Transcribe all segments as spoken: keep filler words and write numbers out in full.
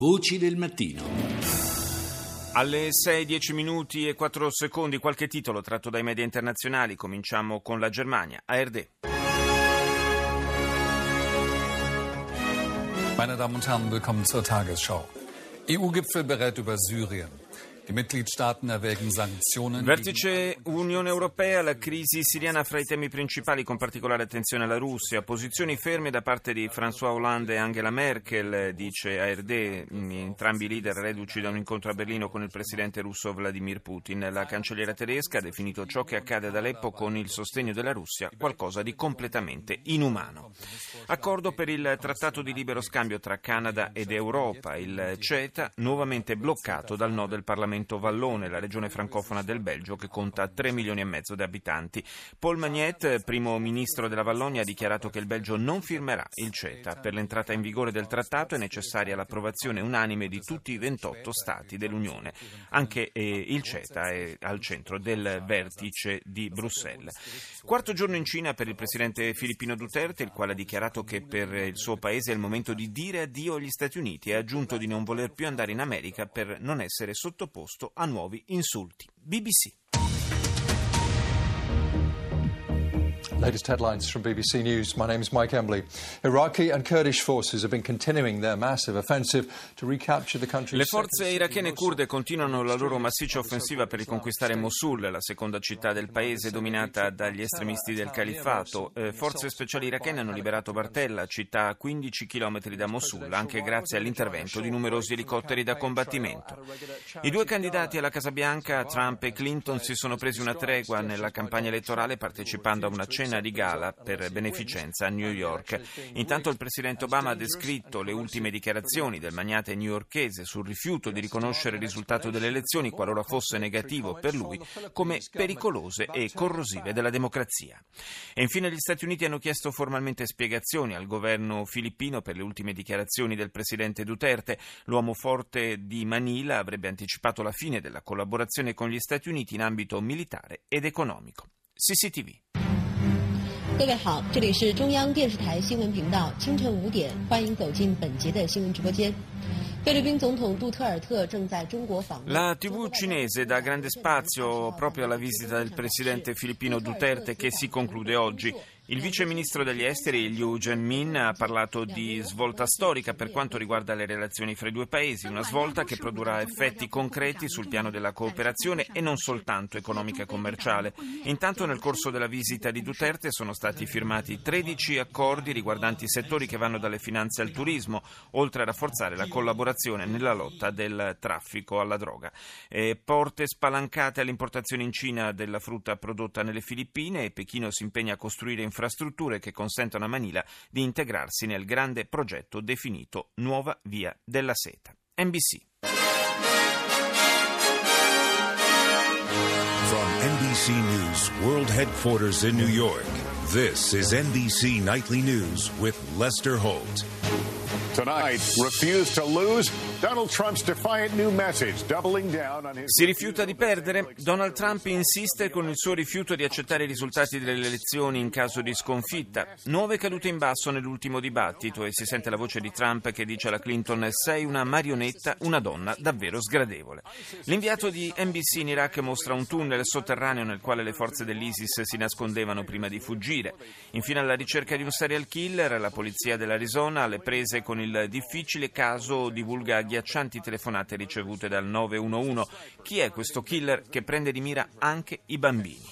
Voci del mattino. Alle sei, dieci minuti e quattro secondi, qualche titolo tratto dai media internazionali. Cominciamo con la Germania. A R D. Meine Damen und Herren, willkommen zur Tagesschau. E U-Gipfel berät über Syrien. Die Mitgliedstaaten erwägen Sanktionen. Vertice Unione Europea, la crisi siriana fra i temi principali, con particolare attenzione alla Russia. Posizioni ferme da parte di François Hollande e Angela Merkel, dice A R D, entrambi i leader reduci da un incontro a Berlino con il presidente russo Vladimir Putin. La cancelliera tedesca ha definito ciò che accade ad Aleppo con il sostegno della Russia qualcosa di completamente inumano. Accordo per il trattato di libero scambio tra Canada ed Europa, il CETA, nuovamente bloccato dal no del Parlamento Vallone, la regione francofona del Belgio che conta tre milioni e mezzo di abitanti. Paul Magnette, primo ministro della Vallonia, ha dichiarato che il Belgio non firmerà il CETA. Per l'entrata in vigore del trattato è necessaria l'approvazione unanime di tutti i ventotto stati dell'Unione. Anche eh, il CETA è al centro del vertice di Bruxelles. Quarto giorno in Cina per il presidente filippino Duterte, il quale ha dichiarato che per il suo paese è il momento di dire addio agli Stati Uniti e ha aggiunto di non voler più andare in America per non essere sottoposto a nuovi insulti. B B C. Latest headlines from B B C News. My name is Mike Embley. Iraqi and Kurdish forces have been continuing their massive offensive to recapture the country. Le forze irachene e kurde continuano la loro massiccia offensiva per riconquistare Mosul, la seconda città del paese dominata dagli estremisti del califfato. Eh, forze speciali irachene hanno liberato Bartella, città a quindici chilometri da Mosul, anche grazie all'intervento di numerosi elicotteri da combattimento. I due candidati alla Casa Bianca, Trump e Clinton, si sono presi una tregua nella campagna elettorale partecipando a una cena di gala per beneficenza a New York. Intanto il presidente Obama ha descritto le ultime dichiarazioni del magnate newyorkese sul rifiuto di riconoscere il risultato delle elezioni qualora fosse negativo per lui come pericolose e corrosive della democrazia. E infine gli Stati Uniti hanno chiesto formalmente spiegazioni al governo filippino per le ultime dichiarazioni del presidente Duterte. L'uomo forte di Manila avrebbe anticipato la fine della collaborazione con gli Stati Uniti in ambito militare ed economico. C C T V. 各位好，这里是中央电视台新闻频道，清晨五点，欢迎走进本节的新闻直播间。菲律宾总统杜特尔特正在中国访问。 La tivù cinese dà grande spazio proprio alla visita del presidente filippino Duterte che si conclude oggi. Il vice ministro degli esteri Liu Zhenmin ha parlato di svolta storica per quanto riguarda le relazioni fra i due paesi, una svolta che produrrà effetti concreti sul piano della cooperazione e non soltanto economica e commerciale. Intanto nel corso della visita di Duterte sono stati firmati tredici accordi riguardanti settori che vanno dalle finanze al turismo, oltre a rafforzare la collaborazione nella lotta del traffico alla droga. E porte spalancate all'importazione in Cina della frutta prodotta nelle Filippine e Pechino si impegna a costruire infrastrutture che consentono a Manila di integrarsi nel grande progetto definito Nuova Via della Seta. N B C. From N B C News World Headquarters in New York, this is N B C Nightly News with Lester Holt. Tonight, refuse to lose. Donald Trump's defiant new message, doubling down on his... Si rifiuta di perdere? Donald Trump insiste con il suo rifiuto di accettare i risultati delle elezioni in caso di sconfitta. Nuove cadute in basso nell'ultimo dibattito e si sente la voce di Trump che dice alla Clinton: sei una marionetta, una donna davvero sgradevole. L'inviato di N B C in Iraq mostra un tunnel sotterraneo nel quale le forze dell'ISIS si nascondevano prima di fuggire. Infine alla ricerca di un serial killer, la polizia dell'Arizona alle prese con il difficile caso divulga agghiaccianti telefonate ricevute dal nove uno uno. Chi è questo killer che prende di mira anche i bambini?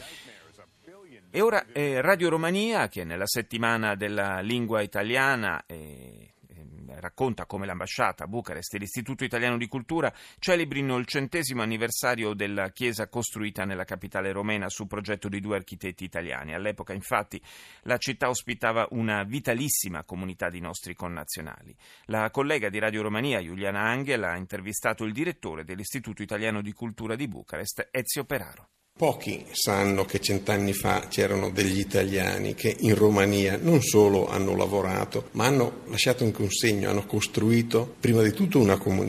E ora eh, Radio Romania, che nella settimana della lingua italiana eh, racconta come l'ambasciata a Bucarest e l'Istituto Italiano di Cultura celebrino il centesimo anniversario della chiesa costruita nella capitale romena su progetto di due architetti italiani. All'epoca, infatti, la città ospitava una vitalissima comunità di nostri connazionali. La collega di Radio Romania, Juliana Angel, ha intervistato il direttore dell'Istituto Italiano di Cultura di Bucarest, Ezio Peraro. Pochi sanno che cent'anni fa c'erano degli italiani che in Romania non solo hanno lavorato, ma hanno lasciato anche un segno, hanno costruito prima di tutto una comunità.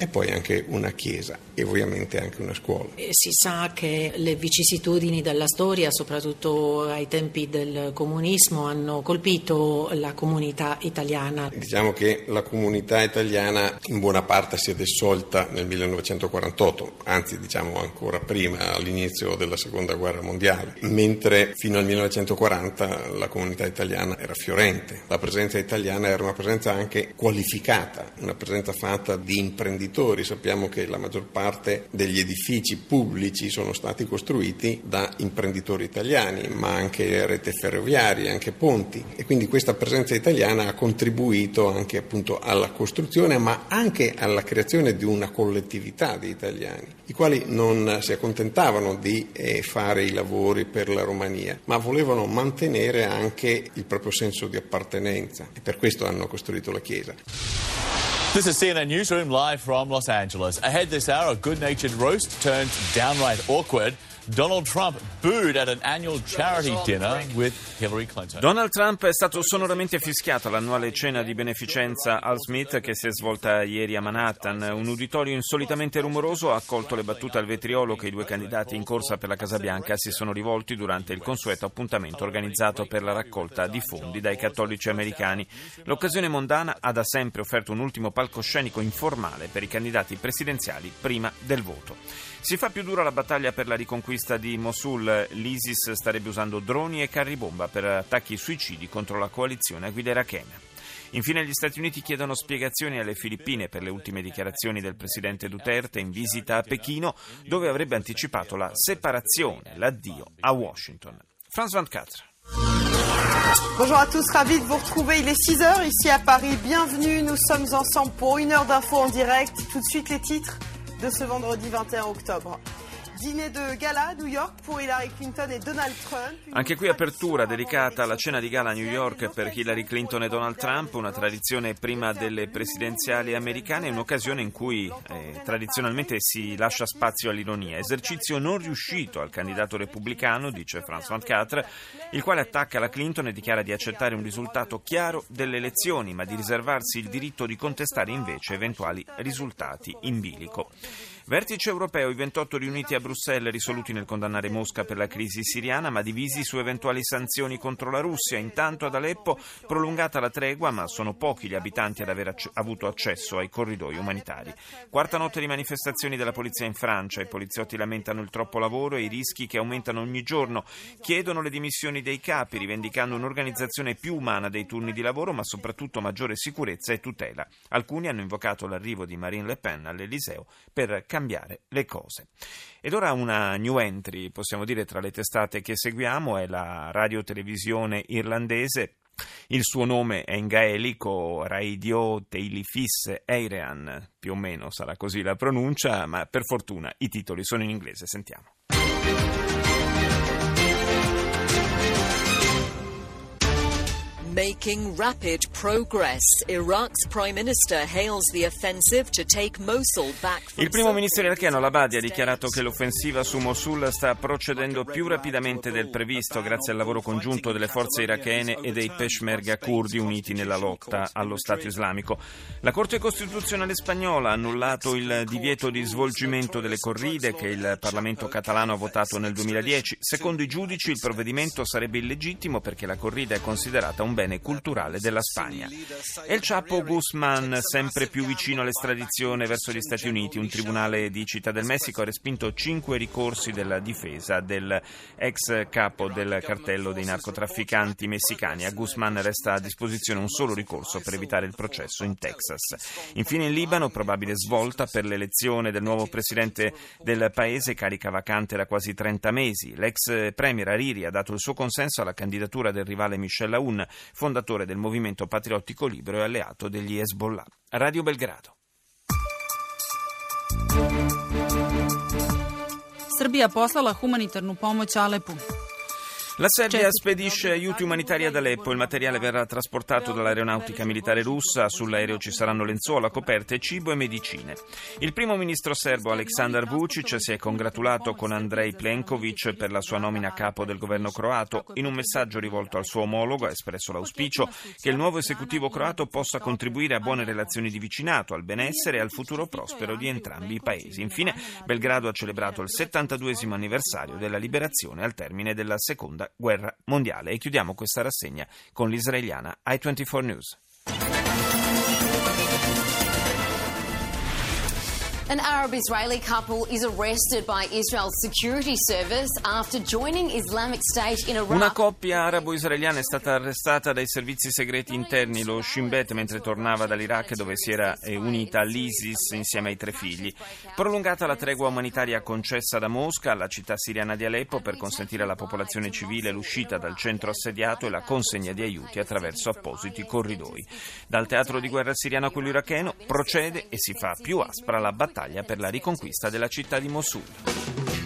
e poi anche una chiesa e ovviamente anche una scuola. E si sa che le vicissitudini della storia, soprattutto ai tempi del comunismo, hanno colpito la comunità italiana. Diciamo che la comunità italiana in buona parte si è dissolta nel millenovecentoquarantotto, anzi diciamo ancora prima, all'inizio della seconda guerra mondiale, mentre fino al millenovecentoquaranta la comunità italiana era fiorente. La presenza italiana era una presenza anche qualificata, una presenza fatta di imprenditori. Sappiamo che la maggior parte degli edifici pubblici sono stati costruiti da imprenditori italiani, ma anche rete ferroviarie, anche ponti, e quindi questa presenza italiana ha contribuito anche appunto alla costruzione, ma anche alla creazione di una collettività di italiani, i quali non si accontentavano di eh, fare i lavori per la Romania, ma volevano mantenere anche il proprio senso di appartenenza, e per questo hanno costruito la chiesa. This is C N N Newsroom live from Los Angeles. Ahead this hour, a good-natured roast turned downright awkward. Donald Trump booed at an annual charity dinner with Hillary Clinton. Donald Trump è stato sonoramente fischiato all'annuale cena di beneficenza Al Smith che si è svolta ieri a Manhattan. Un uditorio insolitamente rumoroso ha accolto le battute al vetriolo che i due candidati in corsa per la Casa Bianca si sono rivolti durante il consueto appuntamento organizzato per la raccolta di fondi dai cattolici americani. L'occasione mondana ha da sempre offerto un ultimo palcoscenico informale per i candidati presidenziali prima del voto. Si fa più dura la battaglia per la riconquista di Mosul. L'ISIS starebbe usando droni e carri bomba per attacchi suicidi contro la coalizione a guida irachena. Infine gli Stati Uniti chiedono spiegazioni alle Filippine per le ultime dichiarazioni del presidente Duterte in visita a Pechino, dove avrebbe anticipato la separazione, l'addio a Washington. France ventiquattro. Bonjour à tous, ravi de vous retrouver. Il est six heures ici à Paris. Bienvenue, nous sommes ensemble pour une heure d'infos en direct. Tout de suite les titres de ce vendredi vingt et un octobre. Dîner de gala a New York pour Hillary Clinton e Donald Trump. Anche qui apertura dedicata alla cena di gala a New York per Hillary Clinton e Donald Trump, una tradizione prima delle presidenziali americane, un'occasione in cui eh, tradizionalmente si lascia spazio all'ironia. Esercizio non riuscito al candidato repubblicano, dice France ventiquattro, il quale attacca la Clinton e dichiara di accettare un risultato chiaro delle elezioni, ma di riservarsi il diritto di contestare invece eventuali risultati in bilico. Vertice europeo, i ventotto riuniti a Bruxelles, risoluti nel condannare Mosca per la crisi siriana, ma divisi su eventuali sanzioni contro la Russia. Intanto ad Aleppo prolungata la tregua, ma sono pochi gli abitanti ad aver ac- avuto accesso ai corridoi umanitari. Quarta notte di manifestazioni della polizia in Francia. I poliziotti lamentano il troppo lavoro e i rischi che aumentano ogni giorno. Chiedono le dimissioni dei capi, rivendicando un'organizzazione più umana dei turni di lavoro, ma soprattutto maggiore sicurezza e tutela. Alcuni hanno invocato l'arrivo di Marine Le Pen all'Eliseo per cambiare le cose. Ed ora una new entry, possiamo dire, tra le testate che seguiamo è la radiotelevisione irlandese. Il suo nome è in gaelico, Radio Teilifis Éireann, più o meno sarà così la pronuncia, ma per fortuna i titoli sono in inglese. Sentiamo. Making rapid progress. Iraq's prime minister hails the offensive to take Mosul back from. Il primo ministro iracheno al-Abadi ha dichiarato che l'offensiva su Mosul sta procedendo più rapidamente del previsto grazie al lavoro congiunto delle forze irachene e dei Peshmerga curdi uniti nella lotta allo Stato islamico. La Corte Costituzionale spagnola ha annullato il divieto di svolgimento delle corride che il Parlamento catalano ha votato nel duemiladieci. Secondo i giudici il provvedimento sarebbe illegittimo perché la corrida è considerata un bene culturale della Spagna. El Chapo Guzman sempre più vicino all'estradizione verso gli Stati Uniti. Un tribunale di Città del Messico ha respinto cinque ricorsi della difesa del ex capo del cartello dei narcotrafficanti messicani. A Guzman resta a disposizione un solo ricorso per evitare il processo in Texas. Infine in Libano, probabile svolta per l'elezione del nuovo presidente del paese, carica vacante da quasi trenta mesi. L'ex premier Hariri ha dato il suo consenso alla candidatura del rivale Michel Aoun, fondatore del movimento patriottico libero e alleato degli Hezbollah. Radio Belgrado. Srbija poslala humanitarnu pomoć Alepu. La Serbia spedisce aiuti umanitari ad Aleppo. Il materiale verrà trasportato dall'aeronautica militare russa. Sull'aereo ci saranno lenzuola, coperte, cibo e medicine. Il primo ministro serbo Aleksandar Vučić si è congratulato con Andrej Plenković per la sua nomina a capo del governo croato. In un messaggio rivolto al suo omologo ha espresso l'auspicio che il nuovo esecutivo croato possa contribuire a buone relazioni di vicinato, al benessere e al futuro prospero di entrambi i paesi. Infine, Belgrado ha celebrato il settantaduesimo anniversario della liberazione al termine della seconda guerra mondiale. E chiudiamo questa rassegna con l'israeliana I ventiquattro News. An Arab-Israeli couple is arrested by Israel's security service after joining Islamic State in Iraq. Una coppia arabo-israeliana è stata arrestata dai servizi segreti interni, lo Shin Bet, mentre tornava dall'Iraq dove si era unita all'ISIS insieme ai tre figli. Prolungata la tregua umanitaria concessa da Mosca alla città siriana di Aleppo per consentire alla popolazione civile l'uscita dal centro assediato e la consegna di aiuti attraverso appositi corridoi. Dal teatro di guerra siriano a quello iracheno procede e si fa più aspra la battaglia per la riconquista della città di Mosul.